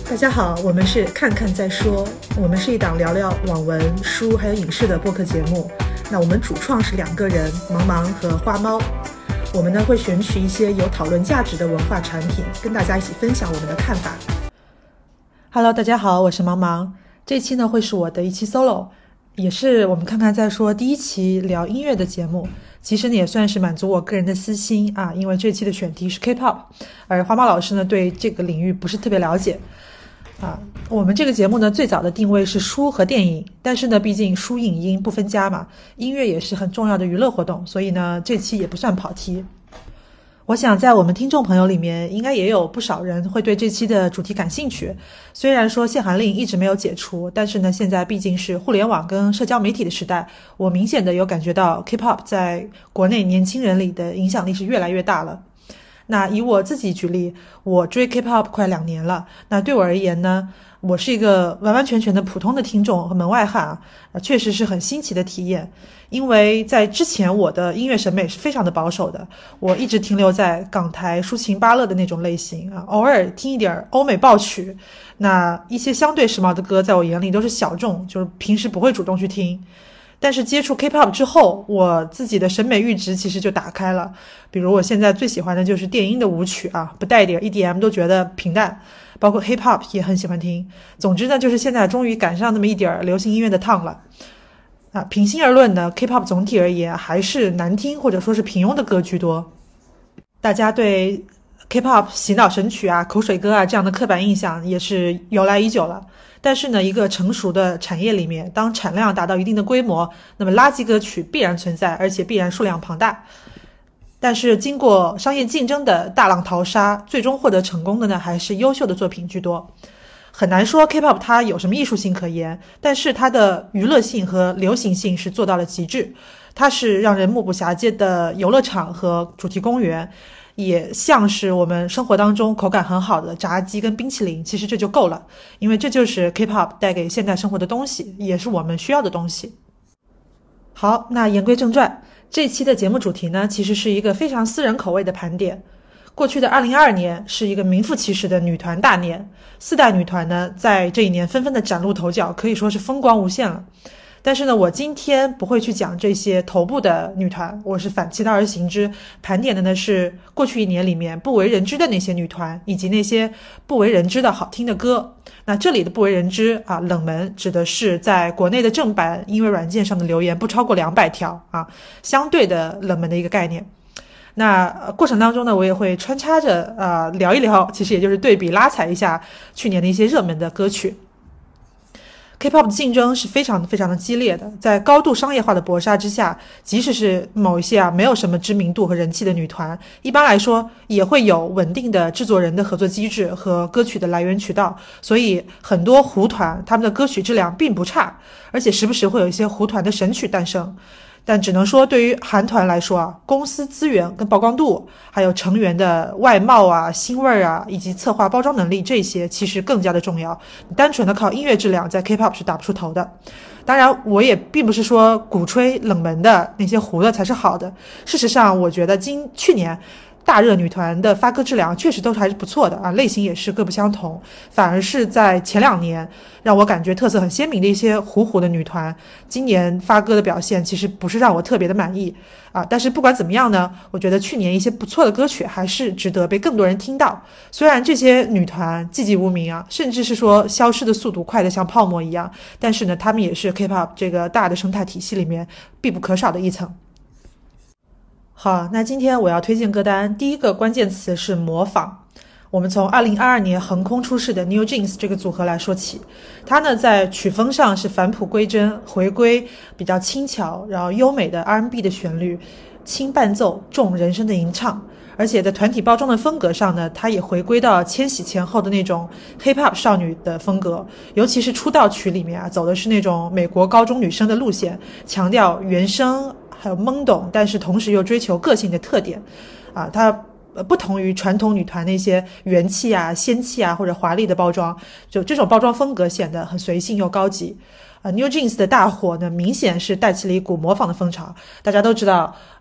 大家好，我们是看看再说，我们是一档聊聊网文、书还有影视的播客节目。那我们主创是2个人，茫茫和花猫。我们呢会选取一些有讨论价值的文化产品，跟大家一起分享我们的看法。Hello， 大家好，我是茫茫。这期呢会是我的一期 solo， 也是我们看看再说第一期聊音乐的节目。其实呢也算是满足我个人的私心啊，因为这期的选题是 K-pop， 而花猫老师呢对这个领域不是特别了解。我们这个节目呢最早的定位是书和电影，但是呢毕竟书影音不分家嘛，音乐也是很重要的娱乐活动，所以呢这期也不算跑题。我想在我们听众朋友里面应该也有不少人会对这期的主题感兴趣。虽然说限韩令一直没有解除，但是呢现在毕竟是互联网跟社交媒体的时代，我明显的有感觉到 K-pop 在国内年轻人里的影响力是越来越大了。那以我自己举例，我追 K-pop 快2年了，那对我而言呢，我是一个完完全全的普通的听众和门外汉确实是很新奇的体验。因为在之前我的音乐审美是非常的保守的，我一直停留在港台抒情芭乐的那种类型偶尔听一点欧美爆曲，那一些相对时髦的歌在我眼里都是小众，就是平时不会主动去听。但是接触 K-pop 之后，我自己的审美阈值其实就打开了。比如我现在最喜欢的就是电音的舞曲不带点 EDM 都觉得平淡，包括 Hip-hop 也很喜欢听。总之呢，就是现在终于赶上那么一点流行音乐的烫了。平心而论呢， K-pop 总体而言还是难听或者说是平庸的歌居多。大家对 K-pop 洗脑神曲口水歌这样的刻板印象也是由来已久了。但是呢，一个成熟的产业里面，当产量达到一定的规模，那么垃圾歌曲必然存在，而且必然数量庞大。但是经过商业竞争的大浪淘沙，最终获得成功的呢，还是优秀的作品居多。很难说 K-pop 它有什么艺术性可言，但是它的娱乐性和流行性是做到了极致。它是让人目不暇接的游乐场和主题公园，也像是我们生活当中口感很好的炸鸡跟冰淇淋，其实这就够了，因为这就是 K-pop 带给现代生活的东西，也是我们需要的东西。好，那言归正传，这期的节目主题呢，其实是一个非常私人口味的盘点。过去的2022年是一个名副其实的女团大年，4代女团呢在这一年纷纷的崭露头角，可以说是风光无限了。但是呢，我今天不会去讲这些头部的女团，我是反其道而行之，盘点的呢是过去1年里面不为人知的那些女团，以及那些不为人知的好听的歌。那这里的不为人知冷门指的是在国内的正版音乐软件上的留言不超过200条相对的冷门的一个概念。那过程当中呢，我也会穿插着聊一聊，其实也就是对比拉踩一下去年的一些热门的歌曲。K-pop 的竞争是非常非常的激烈的，在高度商业化的搏杀之下，即使是某一些没有什么知名度和人气的女团，一般来说也会有稳定的制作人的合作机制和歌曲的来源渠道，所以很多胡团他们的歌曲质量并不差，而且时不时会有一些胡团的神曲诞生。但只能说对于韩团来说公司资源跟曝光度，还有成员的外貌腥味以及策划包装能力，这些其实更加的重要。单纯的靠音乐质量在 K-pop 是打不出头的。当然我也并不是说鼓吹冷门的那些糊的才是好的，事实上我觉得去年大热女团的发歌质量确实都还是不错的类型也是各不相同，反而是在前2年让我感觉特色很鲜明的一些糊的女团，今年发歌的表现其实不是让我特别的满意但是不管怎么样呢，我觉得去年一些不错的歌曲还是值得被更多人听到。虽然这些女团寂寂无名甚至是说消失的速度快得像泡沫一样，但是呢，她们也是 K-pop 这个大的生态体系里面必不可少的一层。好，那今天我要推荐歌单，第一个关键词是模仿。我们从2022年横空出世的 New Jeans 这个组合来说起，它呢在曲风上是返璞归真，回归比较轻巧然后优美的 R&B 的旋律，轻伴奏重人声的吟唱，而且在团体包装的风格上呢，它也回归到千禧前后的那种 Hip-hop 少女的风格，尤其是出道曲里面走的是那种美国高中女生的路线，强调原声还有懵懂，但是同时又追求个性的特点它不同于传统女团那些元气仙气或者华丽的包装，就这种包装风格显得很随性又高级New Jeans 的大火呢，明显是带起了一股模仿的风潮。大家都知道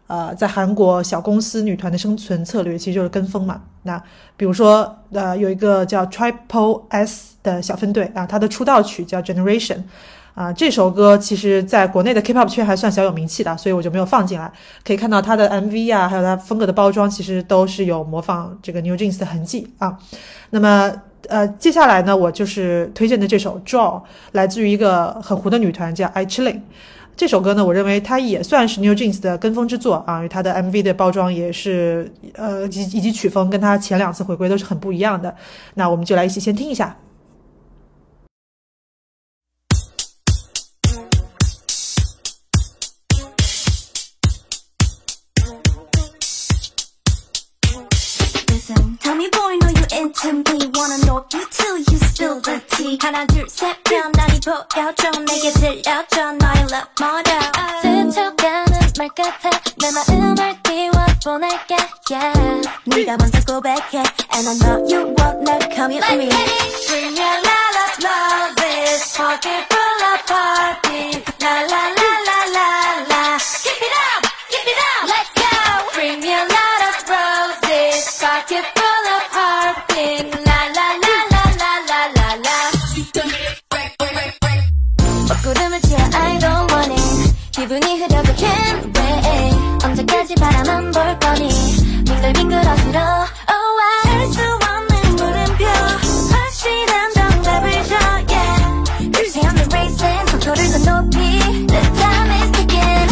在韩国小公司女团的生存策略其实就是跟风嘛。那比如说有一个叫 Triple S 的小分队啊，它的出道曲叫 Generation。这首歌其实在国内的 K-pop 圈还算小有名气的，所以我就没有放进来。可以看到它的 MV 还有它风格的包装，其实都是有模仿这个 NewJeans 的痕迹啊。那么接下来呢，我就是推荐的这首 Draw， 来自于一个很糊的女团叫 iChilling。这首歌呢，我认为它也算是 NewJeans 的跟风之作啊，因为它的 MV 的包装也是以及曲风跟它前2次回归都是很不一样的。那我们就来一起先听一下。 Tell me boy, know you into me. Wanna know you too, you spill the tea. 하나 둘 셋 편안히 보여줘. 내게 들려줘 너의 love model. 스쳐가는 말 같아. 내 마음을 띄워보낼게. Yeah. 네가 먼저 고백해. And I know you want 날 come with me. Bring your la la love is pocket full of party. La la la la la la. Keep it up, keep it up. Let's go. Bring me a lot of roses. Pocket full of heartbeat. La la la la la la la la. 먹구름을 튀어 I don't want it. 기분이 흐려도 can't wait. 언제까지 바라만 볼 거니. 빙글빙글 어지러. Oh I. 찰 수 없는 물음표. 확실한 정답을 줘. Yeah. Cruising on the races. 속도를 더 높이. The time is ticking.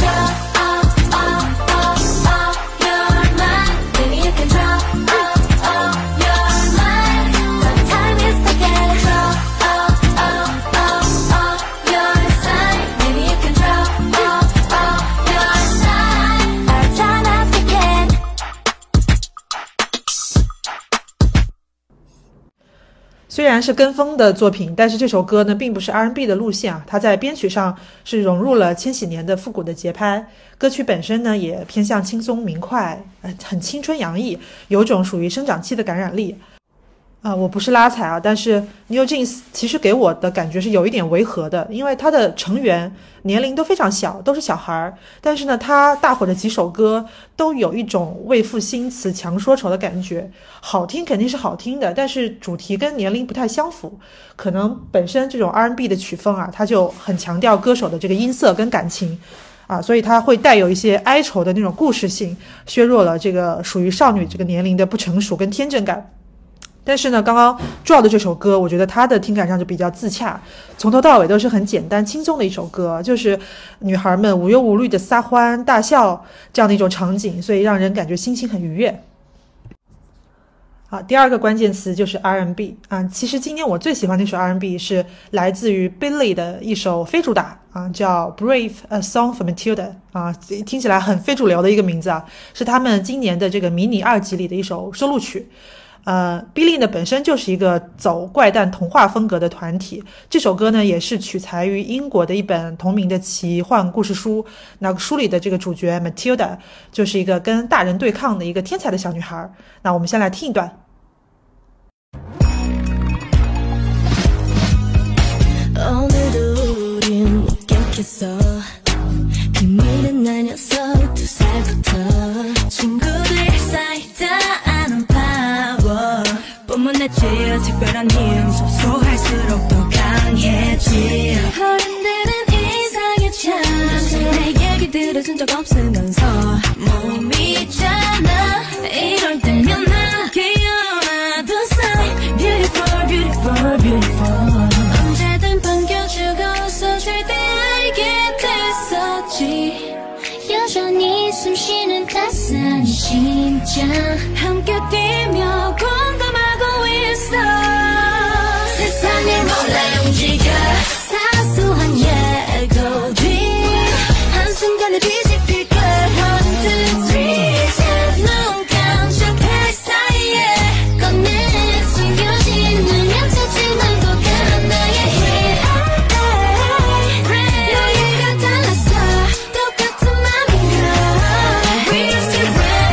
虽然是跟风的作品，但是这首歌呢并不是 R&B 的路线啊，它在编曲上是融入了千禧年的复古的节拍，歌曲本身呢也偏向轻松明快，很青春洋溢，有种属于生长期的感染力。我不是拉踩啊，但是 NewJeans 其实给我的感觉是有一点违和的，因为他的成员年龄都非常小，都是小孩，但是呢他大火的几首歌都有一种为赋新词强说愁的感觉，好听肯定是好听的，但是主题跟年龄不太相符，可能本身这种 R&B 的曲风啊，它就很强调歌手的这个音色跟感情所以它会带有一些哀愁的那种故事性，削弱了这个属于少女这个年龄的不成熟跟天真感。但是呢，刚刚 Draw 的这首歌，我觉得它的听感上就比较自洽，从头到尾都是很简单轻松的一首歌，就是女孩们无忧无虑的撒欢大笑这样的一种场景，所以让人感觉心情很愉悦。好，第二个关键词就是 R&B 其实今年我最喜欢的一首 R&B 是来自于 Billy 的一首非主打叫 Brave A Song for Matilda 听起来很非主流的一个名字是他们今年的这个迷你2辑里的一首收录曲。Billy 呢本身就是一个走怪诞童话风格的团体，这首歌呢也是取材于英国的一本同名的奇幻故事书，那个书里的这个主角 Matilda 就是一个跟大人对抗的一个天才的小女孩。那我们先来听一段。비밀은 나녀석 2살부터 친구들 사이다 아는 파워 뻔뻔했지 특별한 힘 소소할수록 더 강해지 어른들은 이상해 참 내 얘기 들어준 적 없으면서 몸이잖아 이럴 때면 나 귀여워하던 사이 Beautiful beautiful beautiful 언제든 반겨주고 웃어줄 때 알게 됐었지 여전히 숨쉬는 따스한 심장 함께 뛰며 공감하고 있어 세상을 몰래 움직여 사소한 예고지 한순간에 뒤집힐 걸 1, 2, 3 눈 깜짝할 사이에 꺼내 숨겨진 눈 찾지 말고 가 나의 힘 너희가 달랐어 똑같은 맘인가 We are still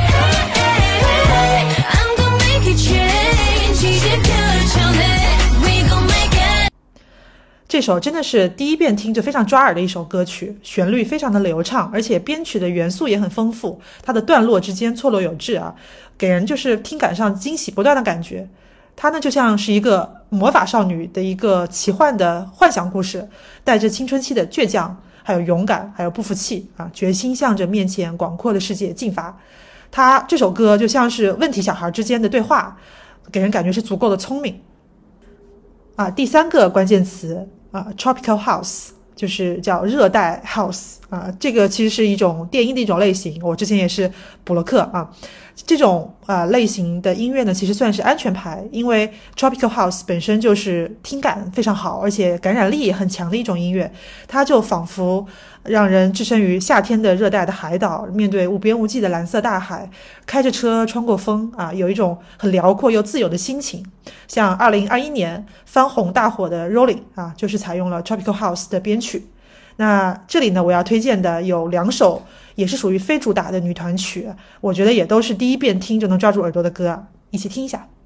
brave I'm gonna make it change 이제 펼쳐내 We gon' make it 这首真的是第一遍听就非常抓耳的一首歌曲，旋律非常的流畅，而且编曲的元素也很丰富，它的段落之间错落有致啊，给人就是听感上惊喜不断的感觉。它呢就像是一个魔法少女的一个奇幻的幻想故事，带着青春期的倔强，还有勇敢，还有不服气啊，决心向着面前广阔的世界进发。它这首歌就像是问题小孩之间的对话，给人感觉是足够的聪明啊。第三个关键词啊 ，tropical house 就是叫热带 house 啊，这个其实是一种电音的一种类型，我之前也是补了课啊。这种类型的音乐呢，其实算是安全牌，因为 tropical house 本身就是听感非常好，而且感染力也很强的一种音乐，它就仿佛让人置身于夏天的热带的海岛，面对无边无际的蓝色大海，开着车穿过风啊，有一种很辽阔又自由的心情。像2021年翻红大火的 Rolling 啊，就是采用了 tropical house 的编曲。那这里呢，我要推荐的有2首也是属于非主打的女团曲，我觉得也都是第一遍听就能抓住耳朵的歌，一起听一下。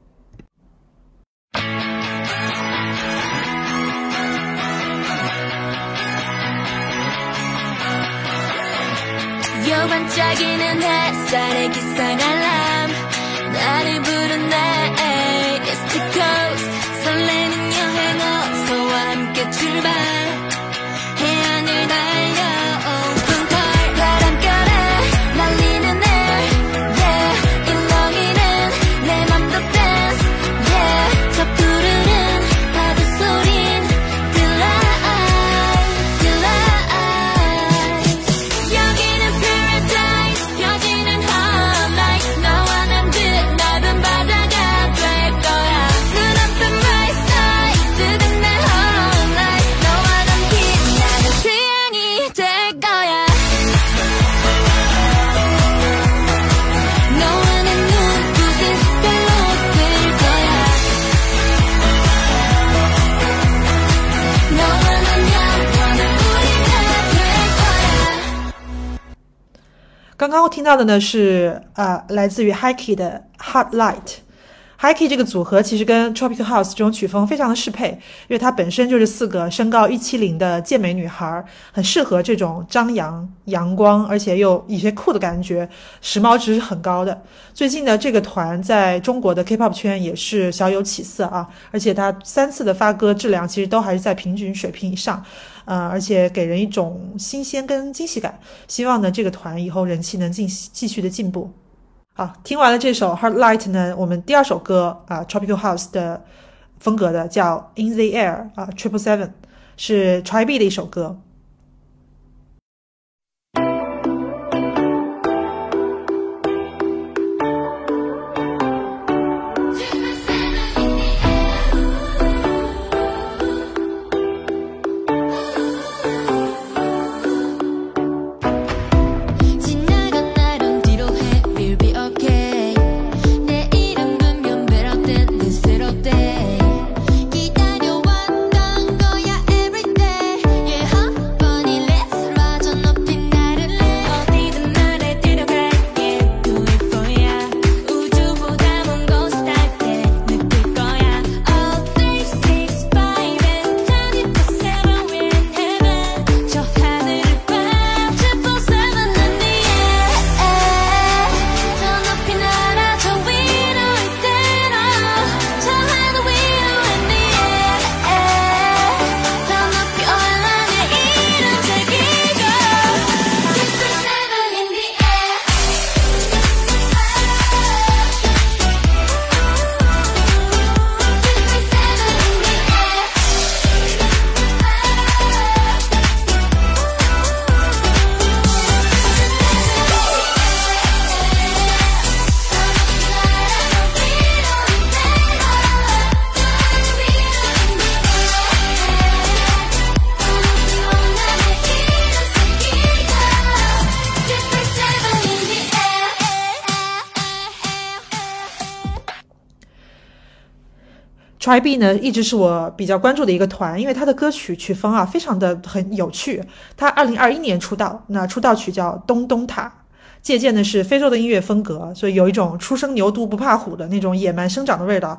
刚刚听到的呢是来自于 Heike 的 Hot Light。Heike 这个组合其实跟 Tropical House 这种曲风非常的适配，因为它本身就是4个身高170的健美女孩，很适合这种张扬阳光而且又有些酷的感觉，时髦值是很高的。最近呢，这个团在中国的 K-pop 圈也是小有起色啊，而且它3次的发歌质量其实都还是在平均水平以上，而且给人一种新鲜跟惊喜感。希望呢这个团以后人气能继续的进步。好，听完了这首 Hot Light 呢，我们第2首歌Tropical House 的风格的叫 In the Air 777，是 Tribe 的一首歌。Tribe 呢一直是我比较关注的一个团，因为他的歌曲曲风非常的很有趣。他2021年出道，那出道曲叫东东塔，借鉴的是非洲的音乐风格，所以有一种初生牛犊不怕虎的那种野蛮生长的味道。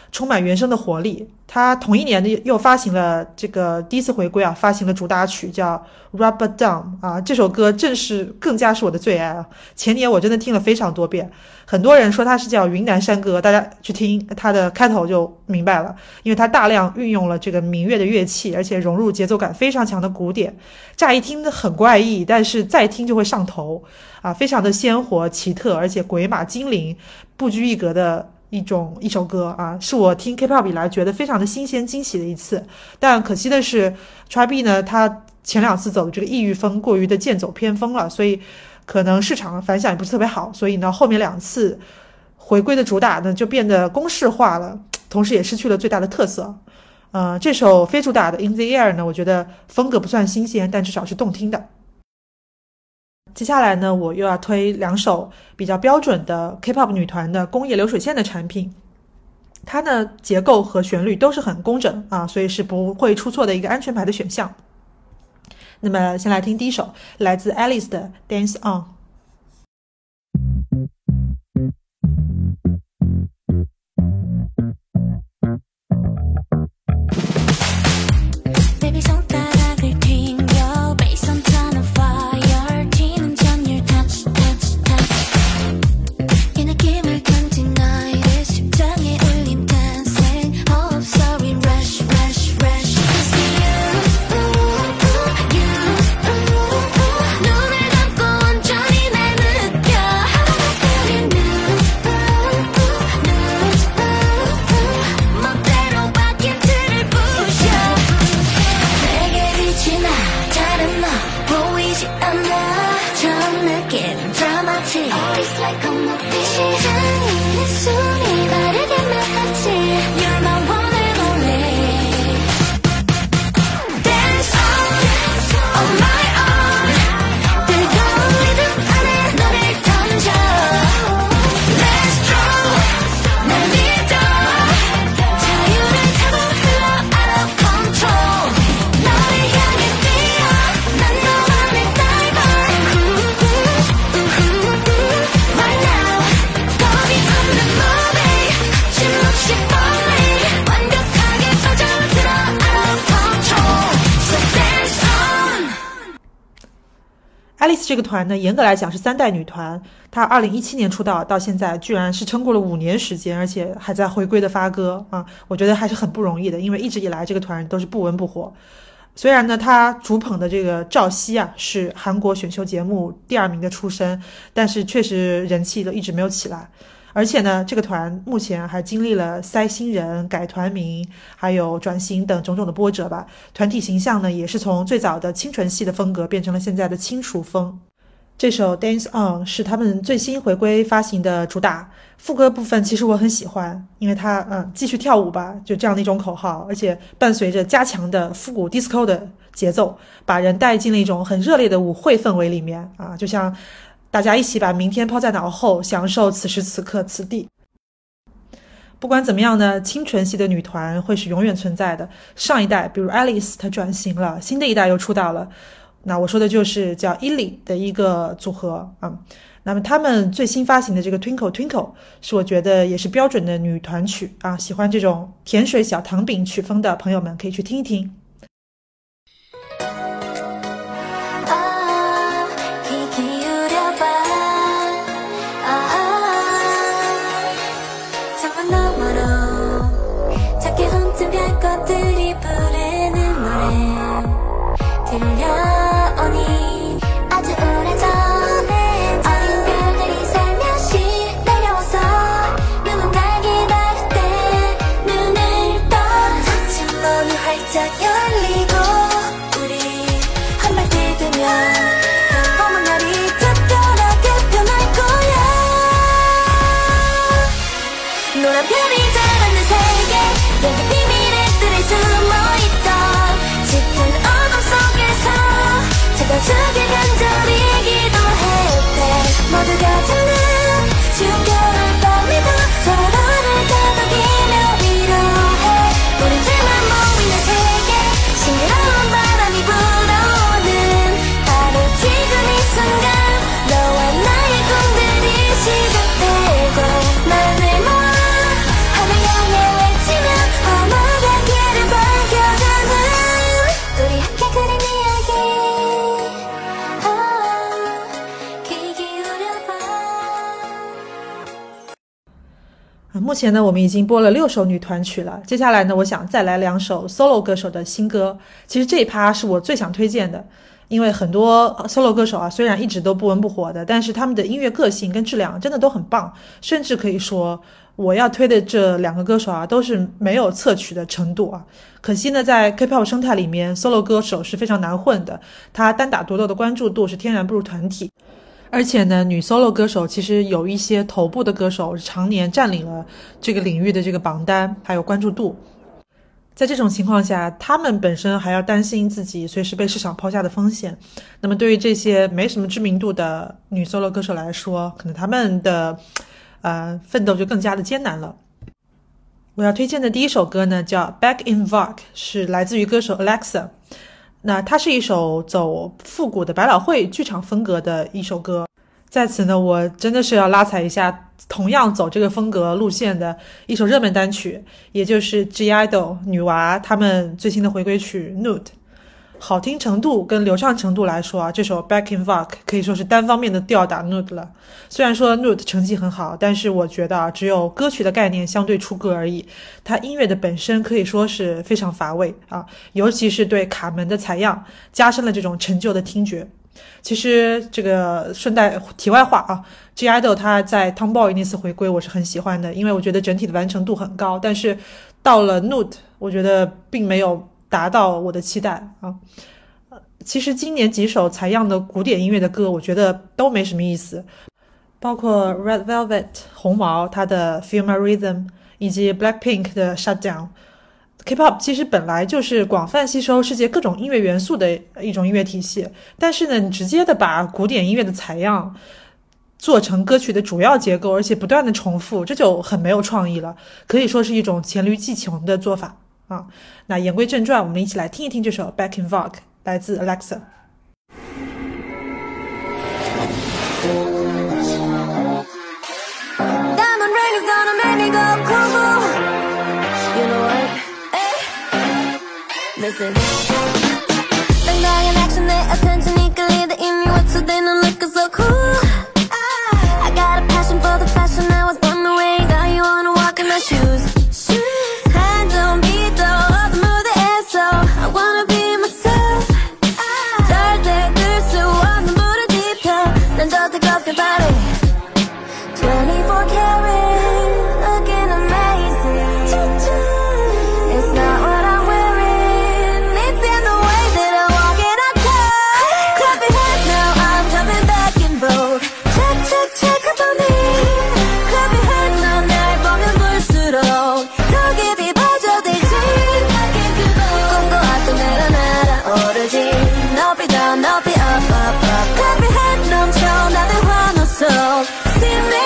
充满原声的活力。他同一年又发行了这个第一次回归啊，发行了主打曲叫 Rubber Dub 啊，这首歌更加是我的最爱啊。前年我真的听了非常多遍，很多人说它是叫云南山歌，大家去听它的开头就明白了，因为它大量运用了这个民乐的乐器，而且融入节奏感非常强的鼓点，乍一听很怪异，但是再听就会上头啊，非常的鲜活奇特，而且鬼马精灵，不拘一格的一首歌啊，是我听 K-pop 以来觉得非常的新鲜惊喜的一次。但可惜的是 TRIBE 呢，他前2次走的这个异域风过于的剑走偏锋了，所以可能市场反响也不是特别好，所以呢后面2次回归的主打呢就变得公式化了，同时也失去了最大的特色。这首非主打的 In the Air 呢，我觉得风格不算新鲜，但至少是动听的。接下来呢，我又要推2首比较标准的 K-pop 女团的工业流水线的产品，它呢结构和旋律都是很工整啊，所以是不会出错的一个安全牌的选项。那么先来听第一首，来自 Alice 的 Dance On。Alice 这个团呢，严格来讲是3代女团，她2017年出道，到现在居然是撑过了5年时间，而且还在回归的发歌啊，我觉得还是很不容易的，因为一直以来这个团都是不温不火。虽然呢，她主捧的这个赵熙啊是韩国选秀节目第2名的出身，但是确实人气都一直没有起来。而且呢，这个团目前还经历了塞新人、改团名还有转型等种种的波折吧，团体形象呢也是从最早的清纯系的风格变成了现在的轻熟风。这首 Dance On 是他们最新回归发行的主打，副歌部分其实我很喜欢，因为它继续跳舞吧，就这样的一种口号，而且伴随着加强的复古 disco 的节奏，把人带进了一种很热烈的舞会氛围里面啊，就像大家一起把明天抛在脑后，享受此时此刻此地。不管怎么样呢，清纯系的女团会是永远存在的。上一代比如 Alice 她转型了，新的一代又出道了，那我说的就是叫 ILY 的一个组合啊。那么他们最新发行的这个 Twinkle Twinkle 是我觉得也是标准的女团曲啊，喜欢这种甜水小糖饼曲风的朋友们可以去听一听。 目前呢，我们已经播了6首女团曲了。接下来呢，我想再来2首 solo 歌手的新歌。其实这一趴是我最想推荐的，因为很多 solo 歌手啊，虽然一直都不温不火的，但是他们的音乐个性跟质量真的都很棒，甚至可以说我要推的这2个歌手啊，都是没有侧曲的程度啊。可惜呢，在 K-pop 生态里面 ，solo 歌手是非常难混的，他单打独斗的关注度是天然不如团体。而且呢，女 solo 歌手其实有一些头部的歌手常年占领了这个领域的这个榜单还有关注度，在这种情况下，他们本身还要担心自己随时被市场抛下的风险。那么对于这些没什么知名度的女 solo 歌手来说，可能他们的奋斗就更加的艰难了。我要推荐的第一首歌呢叫 Back in Vogue， 是来自于歌手 Alexa。那它是一首走复古的百老汇剧场风格的一首歌，在此呢，我真的是要拉踩一下同样走这个风格路线的一首热门单曲，也就是 G-IDLE 女娃他们最新的回归曲 Nude。好听程度跟流畅程度来说啊，这首 Back in Vogue 可以说是单方面的吊打 Nude 了。虽然说 Nude 成绩很好，但是我觉得啊，只有歌曲的概念相对出格而已，它音乐的本身可以说是非常乏味啊，尤其是对卡门的采样加深了这种陈旧的听觉。其实这个顺带题外话啊， G-IDLE 他在 Tomboy 那次回归我是很喜欢的，因为我觉得整体的完成度很高，但是到了 Nude 我觉得并没有达到我的期待啊。其实今年几首采样的古典音乐的歌我觉得都没什么意思，包括 Red Velvet 红毛他的 Feel My Rhythm 以及 Blackpink 的 Shutdown。K-pop 其实本来就是广泛吸收世界各种音乐元素的一种音乐体系，但是呢，你直接的把古典音乐的采样做成歌曲的主要结构，而且不断的重复，这就很没有创意了，可以说是一种黔驴技穷的做法啊。那言归正传，我们一起来听一听这首 Back in Vogue， 来自 Alexa。 Diamond ring is gonna make me go cuckoo. You know what? Listen. 당당한 액션에 attention이 끌리다 이미 왓츠되는 looking so cool. I got a passion for the fashion. I was born the way. Now you wanna walk in my shoes. 한점 비도 어둠 무대에서 I wanna be myself. 절대 끌 수 없는 불을 지펴 난 저 뜨겁게 바래. 24 karat, looking amazing. It's not what I'm wearing, it's in the way that I walk and I talk. Clap your hands now, I'm coming back in vogue. Check, check, check up on me. Clap your hands now, 날 보면 볼수록 더 깊이 빠져들지. Back into vogue. 꿈과 또 내가 날아오르지. 높이 down, 높이 up, up, up. Clap your hands 넘쳐 나들 환호 속. See me.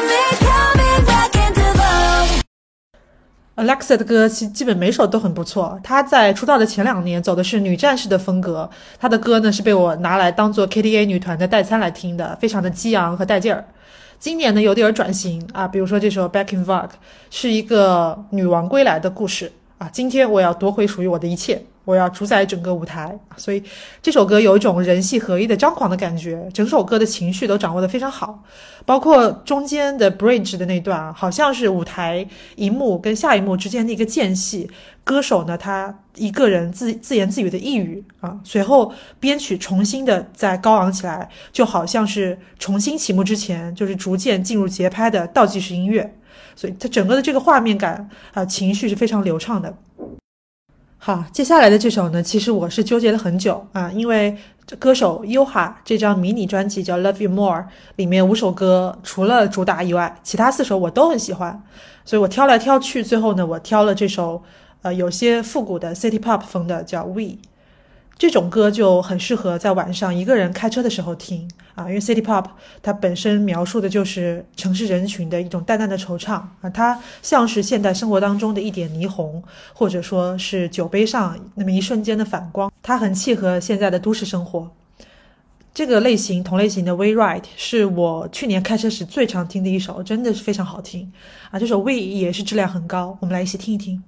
Alexa 的歌基本每首都很不错，她在出道的前2年走的是女战士的风格，她的歌呢是被我拿来当做 KTA 女团的代餐来听的，非常的激昂和带劲儿。今年呢有点转型啊，比如说这首 Back in Vogue 是一个女王归来的故事啊，今天我要夺回属于我的一切，我要主宰整个舞台，所以这首歌有一种人戏合一的张狂的感觉，整首歌的情绪都掌握得非常好，包括中间的 bridge 的那段好像是舞台一幕跟下一幕之间的一个间隙，歌手呢他一个人自言自语的呓语啊，随后编曲重新的再高昂起来，就好像是重新起幕之前就是逐渐进入节拍的倒计时音乐，所以它整个的这个画面感情绪是非常流畅的。好，接下来的这首呢，其实我是纠结了很久啊，因为歌手 Yuha 这张迷你专辑叫 Love You More， 里面5首歌除了主打以外，其他4首我都很喜欢，所以我挑来挑去，最后呢，我挑了这首有些复古的 City Pop 风的叫 We。这种歌就很适合在晚上一个人开车的时候听啊，因为 City Pop 它本身描述的就是城市人群的一种淡淡的惆怅啊，它像是现代生活当中的一点霓虹，或者说是酒杯上那么一瞬间的反光，它很契合现在的都市生活。这个同类型的 We Ride 是我去年开车时最常听的一首，真的是非常好听啊，这首 We 也是质量很高，我们来一起听一听。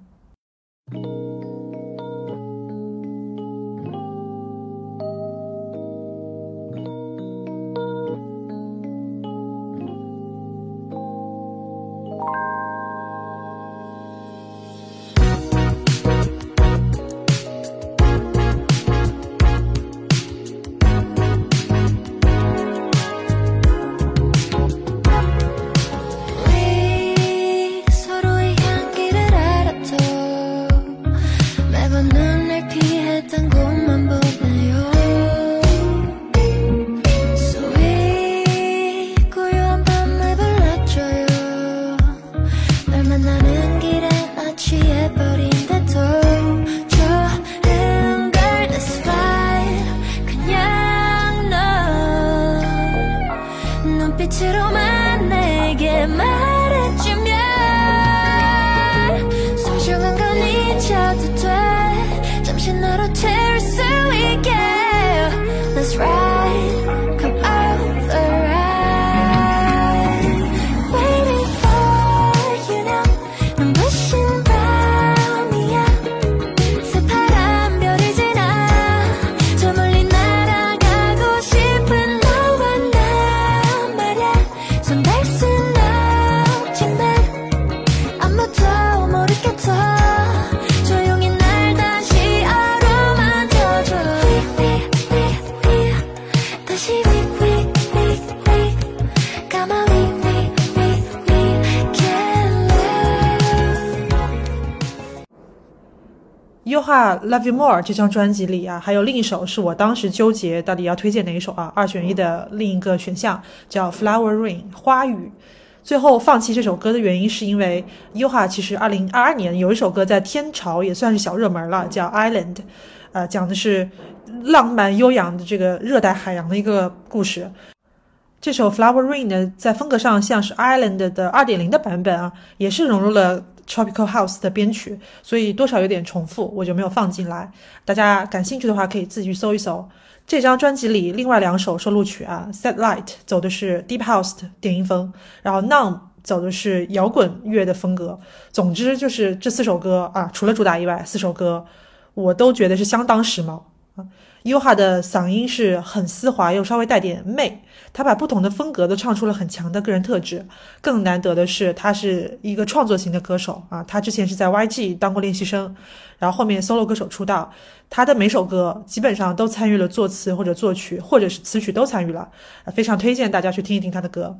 Yoha Love You More 这张专辑里啊，还有另一首是我当时纠结到底要推荐哪一首啊，二选一的另一个选项叫 Flower Rain 花雨。最后放弃这首歌的原因是因为 Yoha 其实2022年有一首歌在天朝也算是小热门了，叫 Island，讲的是浪漫悠扬的这个热带海洋的一个故事。这首 Flower Rain 呢，在风格上像是 Island 的 2.0 的版本啊，也是融入了 Tropical House 的编曲，所以多少有点重复，我就没有放进来。大家感兴趣的话可以自己去搜一搜。这张专辑里另外2首收录曲啊 Satellite 走的是 Deep House 的电音风，然后 Numb 走的是摇滚乐的风格。总之就是这4首歌啊，除了主打以外4首歌我都觉得是相当时髦啊。Yoha 的嗓音是很丝滑又稍微带点媚，他把不同的风格都唱出了很强的个人特质。更难得的是他是一个创作型的歌手啊，他之前是在 YG 当过练习生，然后后面 solo 歌手出道。他的每首歌基本上都参与了作词或者作曲，或者是词曲都参与了，非常推荐大家去听一听他的歌。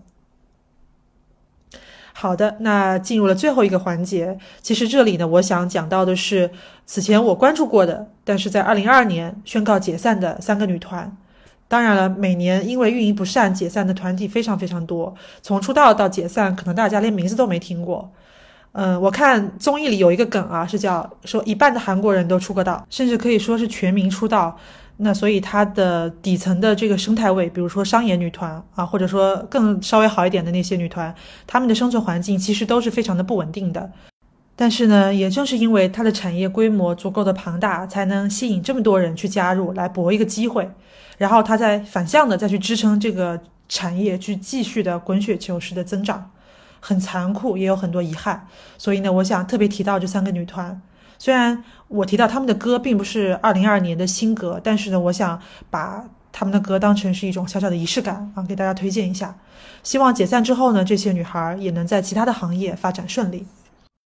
好的，那进入了最后一个环节。其实这里呢，我想讲到的是此前我关注过的，但是在2022年宣告解散的3个女团。当然了，每年因为运营不善解散的团体非常非常多，从出道到解散可能大家连名字都没听过。我看综艺里有一个梗啊，是叫说一半的韩国人都出过道，甚至可以说是全民出道。那所以它的底层的这个生态位，比如说商演女团啊，或者说更稍微好一点的那些女团，她们的生存环境其实都是非常的不稳定的。但是呢，也正是因为它的产业规模足够的庞大，才能吸引这么多人去加入，来搏一个机会，然后它再反向的再去支撑这个产业去继续的滚雪球式的增长。很残酷，也有很多遗憾。所以呢，我想特别提到这3个女团。虽然我提到他们的歌并不是2022年的新歌，但是呢，我想把他们的歌当成是一种小小的仪式感啊，给大家推荐一下。希望解散之后呢，这些女孩也能在其他的行业发展顺利。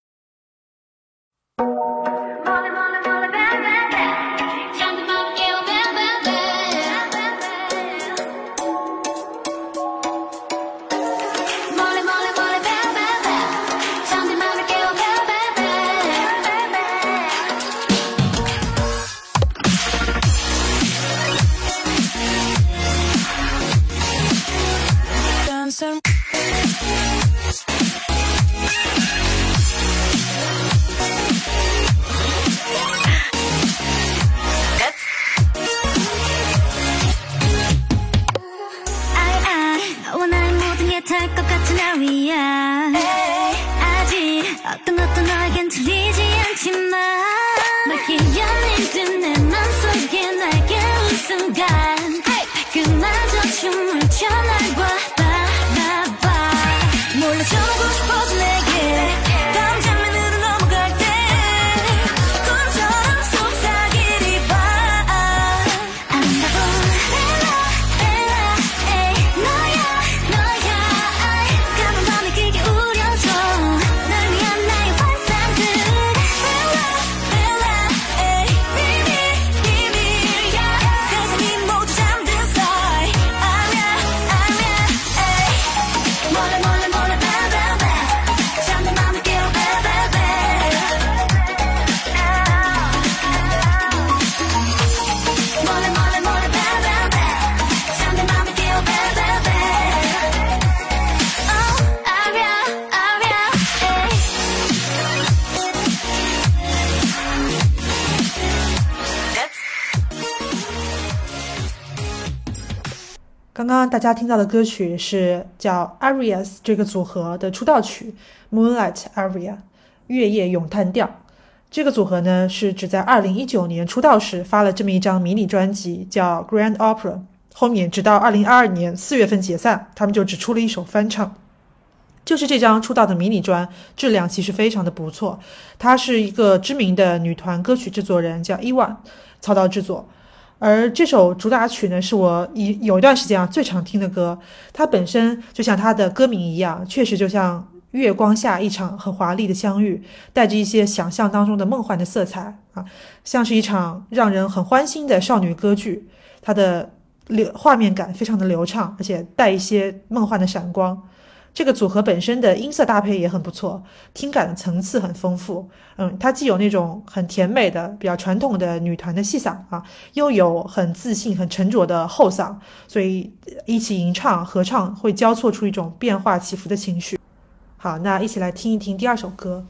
刚刚大家听到的歌曲是叫 Arias 这个组合的出道曲 Moonlight Aria 月夜咏叹调。这个组合呢是只在2019年出道时发了这么一张迷你专辑叫 Grand Opera， 后面直到2022年4月份解散，他们就只出了一首翻唱。就是这张出道的迷你专质量其实非常的不错，它是一个知名的女团歌曲制作人叫 Ewan 操刀制作。而这首主打曲呢，是我有一段时间最常听的歌。它本身就像它的歌名一样，确实就像月光下一场很华丽的相遇，带着一些想象当中的梦幻的色彩啊，像是一场让人很欢欣的少女歌剧。它的画面感非常的流畅，而且带一些梦幻的闪光。 这个组合本身的音色搭配也很不错，听感的层次很丰富。它既有那种很甜美的比较传统的女团的细嗓啊，又有很自信很沉着的后嗓，所以一起吟唱合唱会交错出一種變化起伏的情緒。好，那一起來聽一聽第二首歌。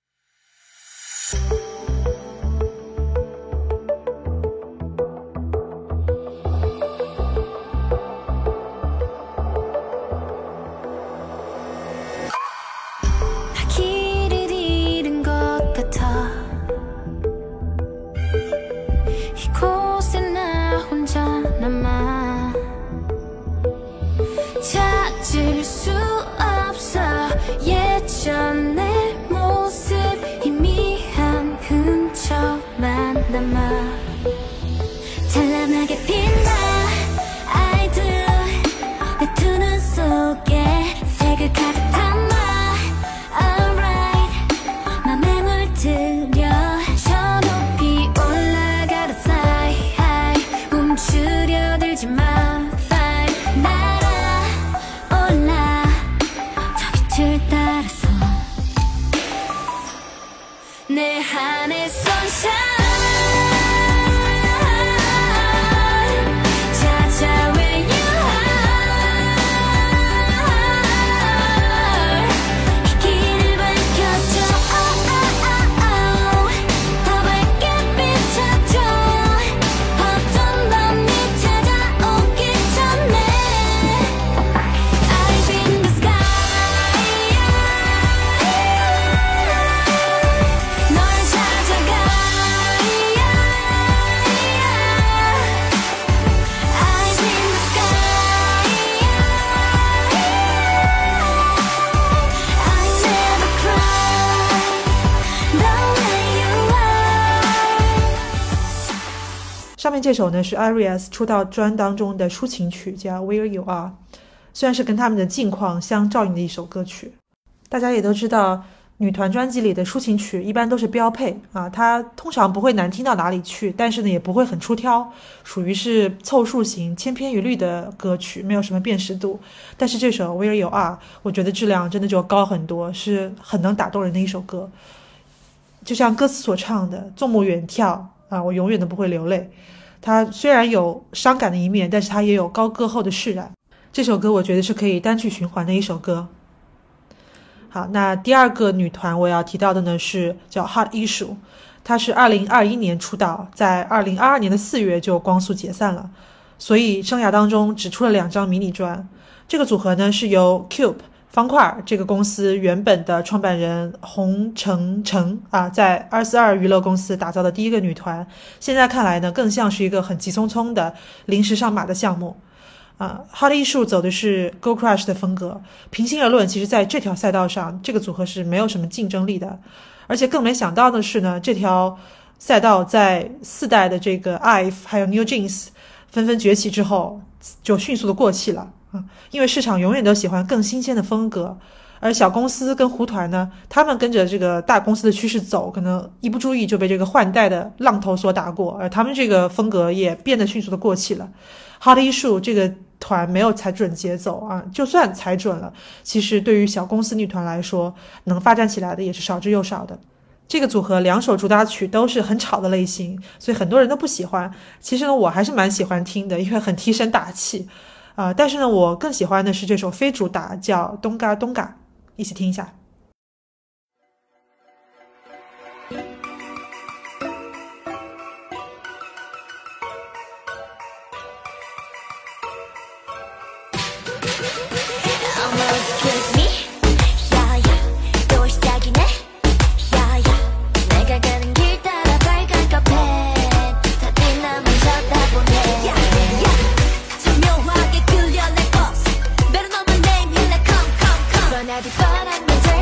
上面这首呢是 Aries 出道专当中的抒情曲，叫 Where You Are， 虽然是跟他们的近况相照应的一首歌曲。大家也都知道，女团专辑里的抒情曲一般都是标配啊，它通常不会难听到哪里去，但是呢也不会很出挑，属于是凑数型千篇一律的歌曲，没有什么辨识度。但是这首 Where You Are 我觉得质量真的就高很多，是很能打动人的一首歌。就像歌词所唱的，纵目远眺啊，我永远都不会流泪。它虽然有伤感的一面，但是它也有高歌后的释然。这首歌我觉得是可以单曲循环的一首歌。好，那第二个女团我要提到的呢是叫 Hot Issue， 她是2021年出道，在2022年的4月就光速解散了，所以生涯当中只出了2张迷你专。这个组合呢是由 Cube方块这个公司原本的创办人洪承成啊，在242娱乐公司打造的第一个女团，现在看来呢更像是一个很急匆匆的临时上马的项目。Hot Issue 走的是 Go Crush 的风格，平心而论，其实在这条赛道上这个组合是没有什么竞争力的，而且更没想到的是呢，这条赛道在4代的这个 IVE 还有 New Jeans 纷纷崛起之后就迅速的过气了。因为市场永远都喜欢更新鲜的风格，而小公司跟胡团呢，他们跟着这个大公司的趋势走，可能一不注意就被这个换代的浪头所打过，而他们这个风格也变得迅速的过气了。Hot Issue 这个团没有踩准节奏啊，就算踩准了，其实对于小公司女团来说，能发展起来的也是少之又少的。这个组合2首主打曲都是很吵的类型，所以很多人都不喜欢。其实呢，我还是蛮喜欢听的，因为很提神打气。但是呢，我更喜欢的是这首非主打，叫东嘎东嘎，一起听一下。 But I'm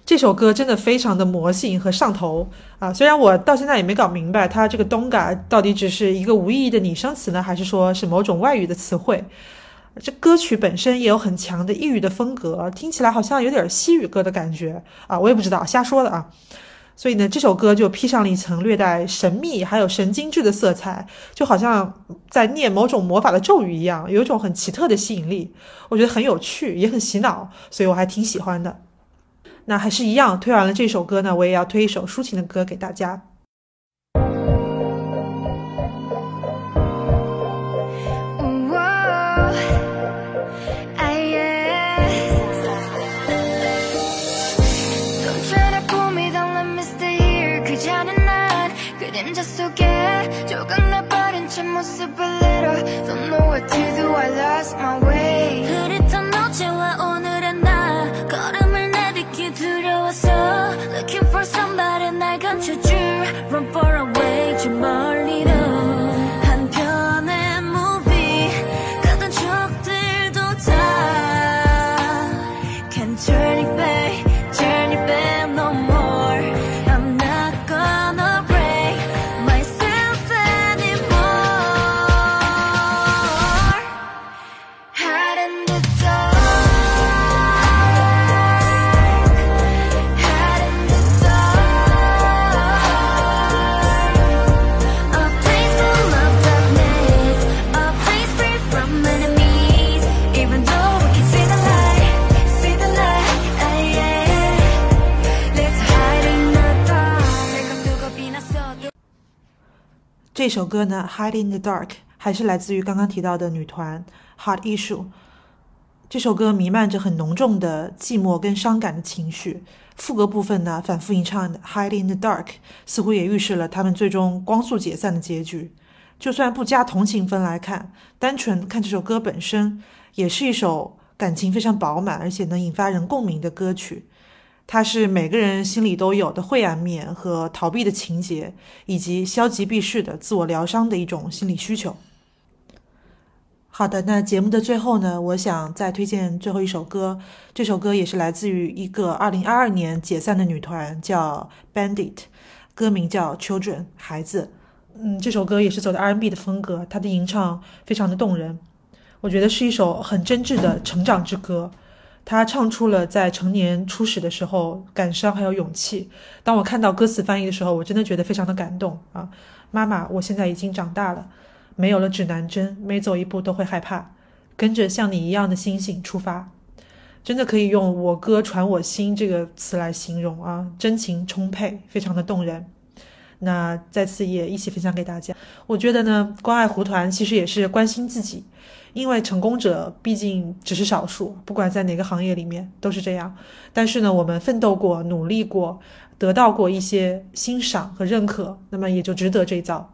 这首歌真的非常的魔性和上头啊！虽然我到现在也没搞明白它这个donga到底只是一个无意义的拟声词呢，还是说是某种外语的词汇。这歌曲本身也有很强的异域的风格，听起来好像有点西语歌的感觉啊，我也不知道，瞎说的啊。所以呢，这首歌就披上了一层略带神秘还有神经质的色彩，就好像在念某种魔法的咒语一样，有一种很奇特的吸引力，我觉得很有趣，也很洗脑，所以我还挺喜欢的。那还是一样，推完了这首歌呢，我也要推一首抒情的歌给大家。 Looking for somebody 날 감춰줄 Run far away 저 멀리로 한 편의 movie 가던 추억들도 다 Can't turn it back no more I'm not gonna break myself anymore Hide in the dark 这首歌呢 Hide in the Dark 还是来自于刚刚提到的女团 Hot Issue。 这首歌弥漫着很浓重的寂寞跟伤感的情绪，副歌部分呢反复吟唱的 Hide in the Dark 似乎也预示了他们最终光速解散的结局。就算不加同情分来看，单纯看这首歌本身也是一首感情非常饱满而且能引发人共鸣的歌曲。它是每个人心里都有的晦暗面和逃避的情节，以及消极避世的自我疗伤的一种心理需求。好的，那节目的最后呢，我想再推荐最后一首歌。这首歌也是来自于一个2022年解散的女团，叫 Bandit， 歌名叫 Children 孩子。这首歌也是走的 R&B 的风格，它的吟唱非常的动人，我觉得是一首很真挚的成长之歌。他唱出了在成年初始的时候感伤还有勇气。当我看到歌词翻译的时候，我真的觉得非常的感动啊！妈妈，我现在已经长大了，没有了指南针，每走一步都会害怕，跟着像你一样的星星出发。真的可以用我歌传我心这个词来形容啊，真情充沛，非常的动人。那在此也一起分享给大家。我觉得呢，关爱胡团其实也是关心自己，因为成功者毕竟只是少数，不管在哪个行业里面都是这样。但是呢，我们奋斗过，努力过，得到过一些欣赏和认可，那么也就值得这一遭。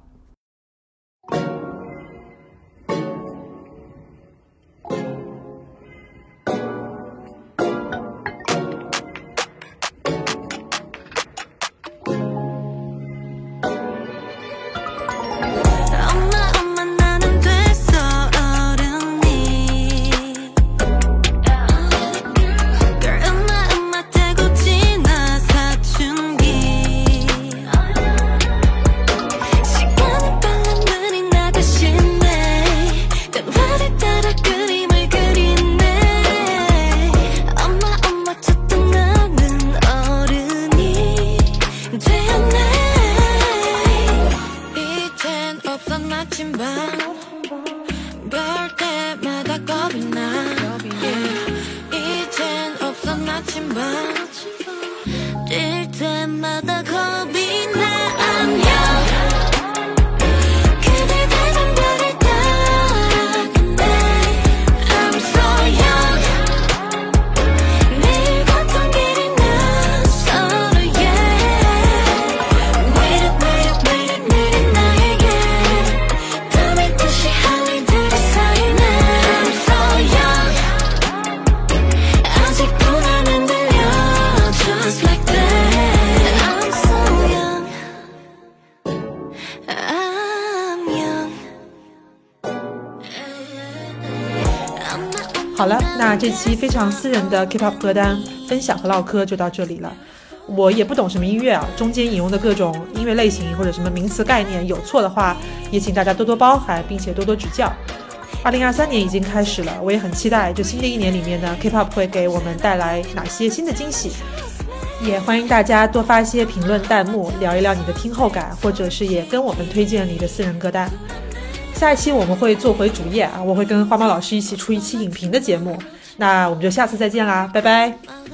Just like that I'm so 好了，那这期非常私人的 K-pop 歌单分享和唠嗑就到这里了。我也不懂什么音乐啊，中间引用的各种音乐类型或者什么名词概念有错的话，也请大家多多包涵，并且多多指教。2023年已经开始了，我也很期待这新的一年里面呢 K-pop 会给我们带来哪些新的惊喜。也欢迎大家多发一些评论弹幕，聊一聊你的听后感，或者是也跟我们推荐你的私人歌单。下一期我们会做回主页啊，我会跟花猫老师一起出一期影评的节目。那我们就下次再见啦，拜拜。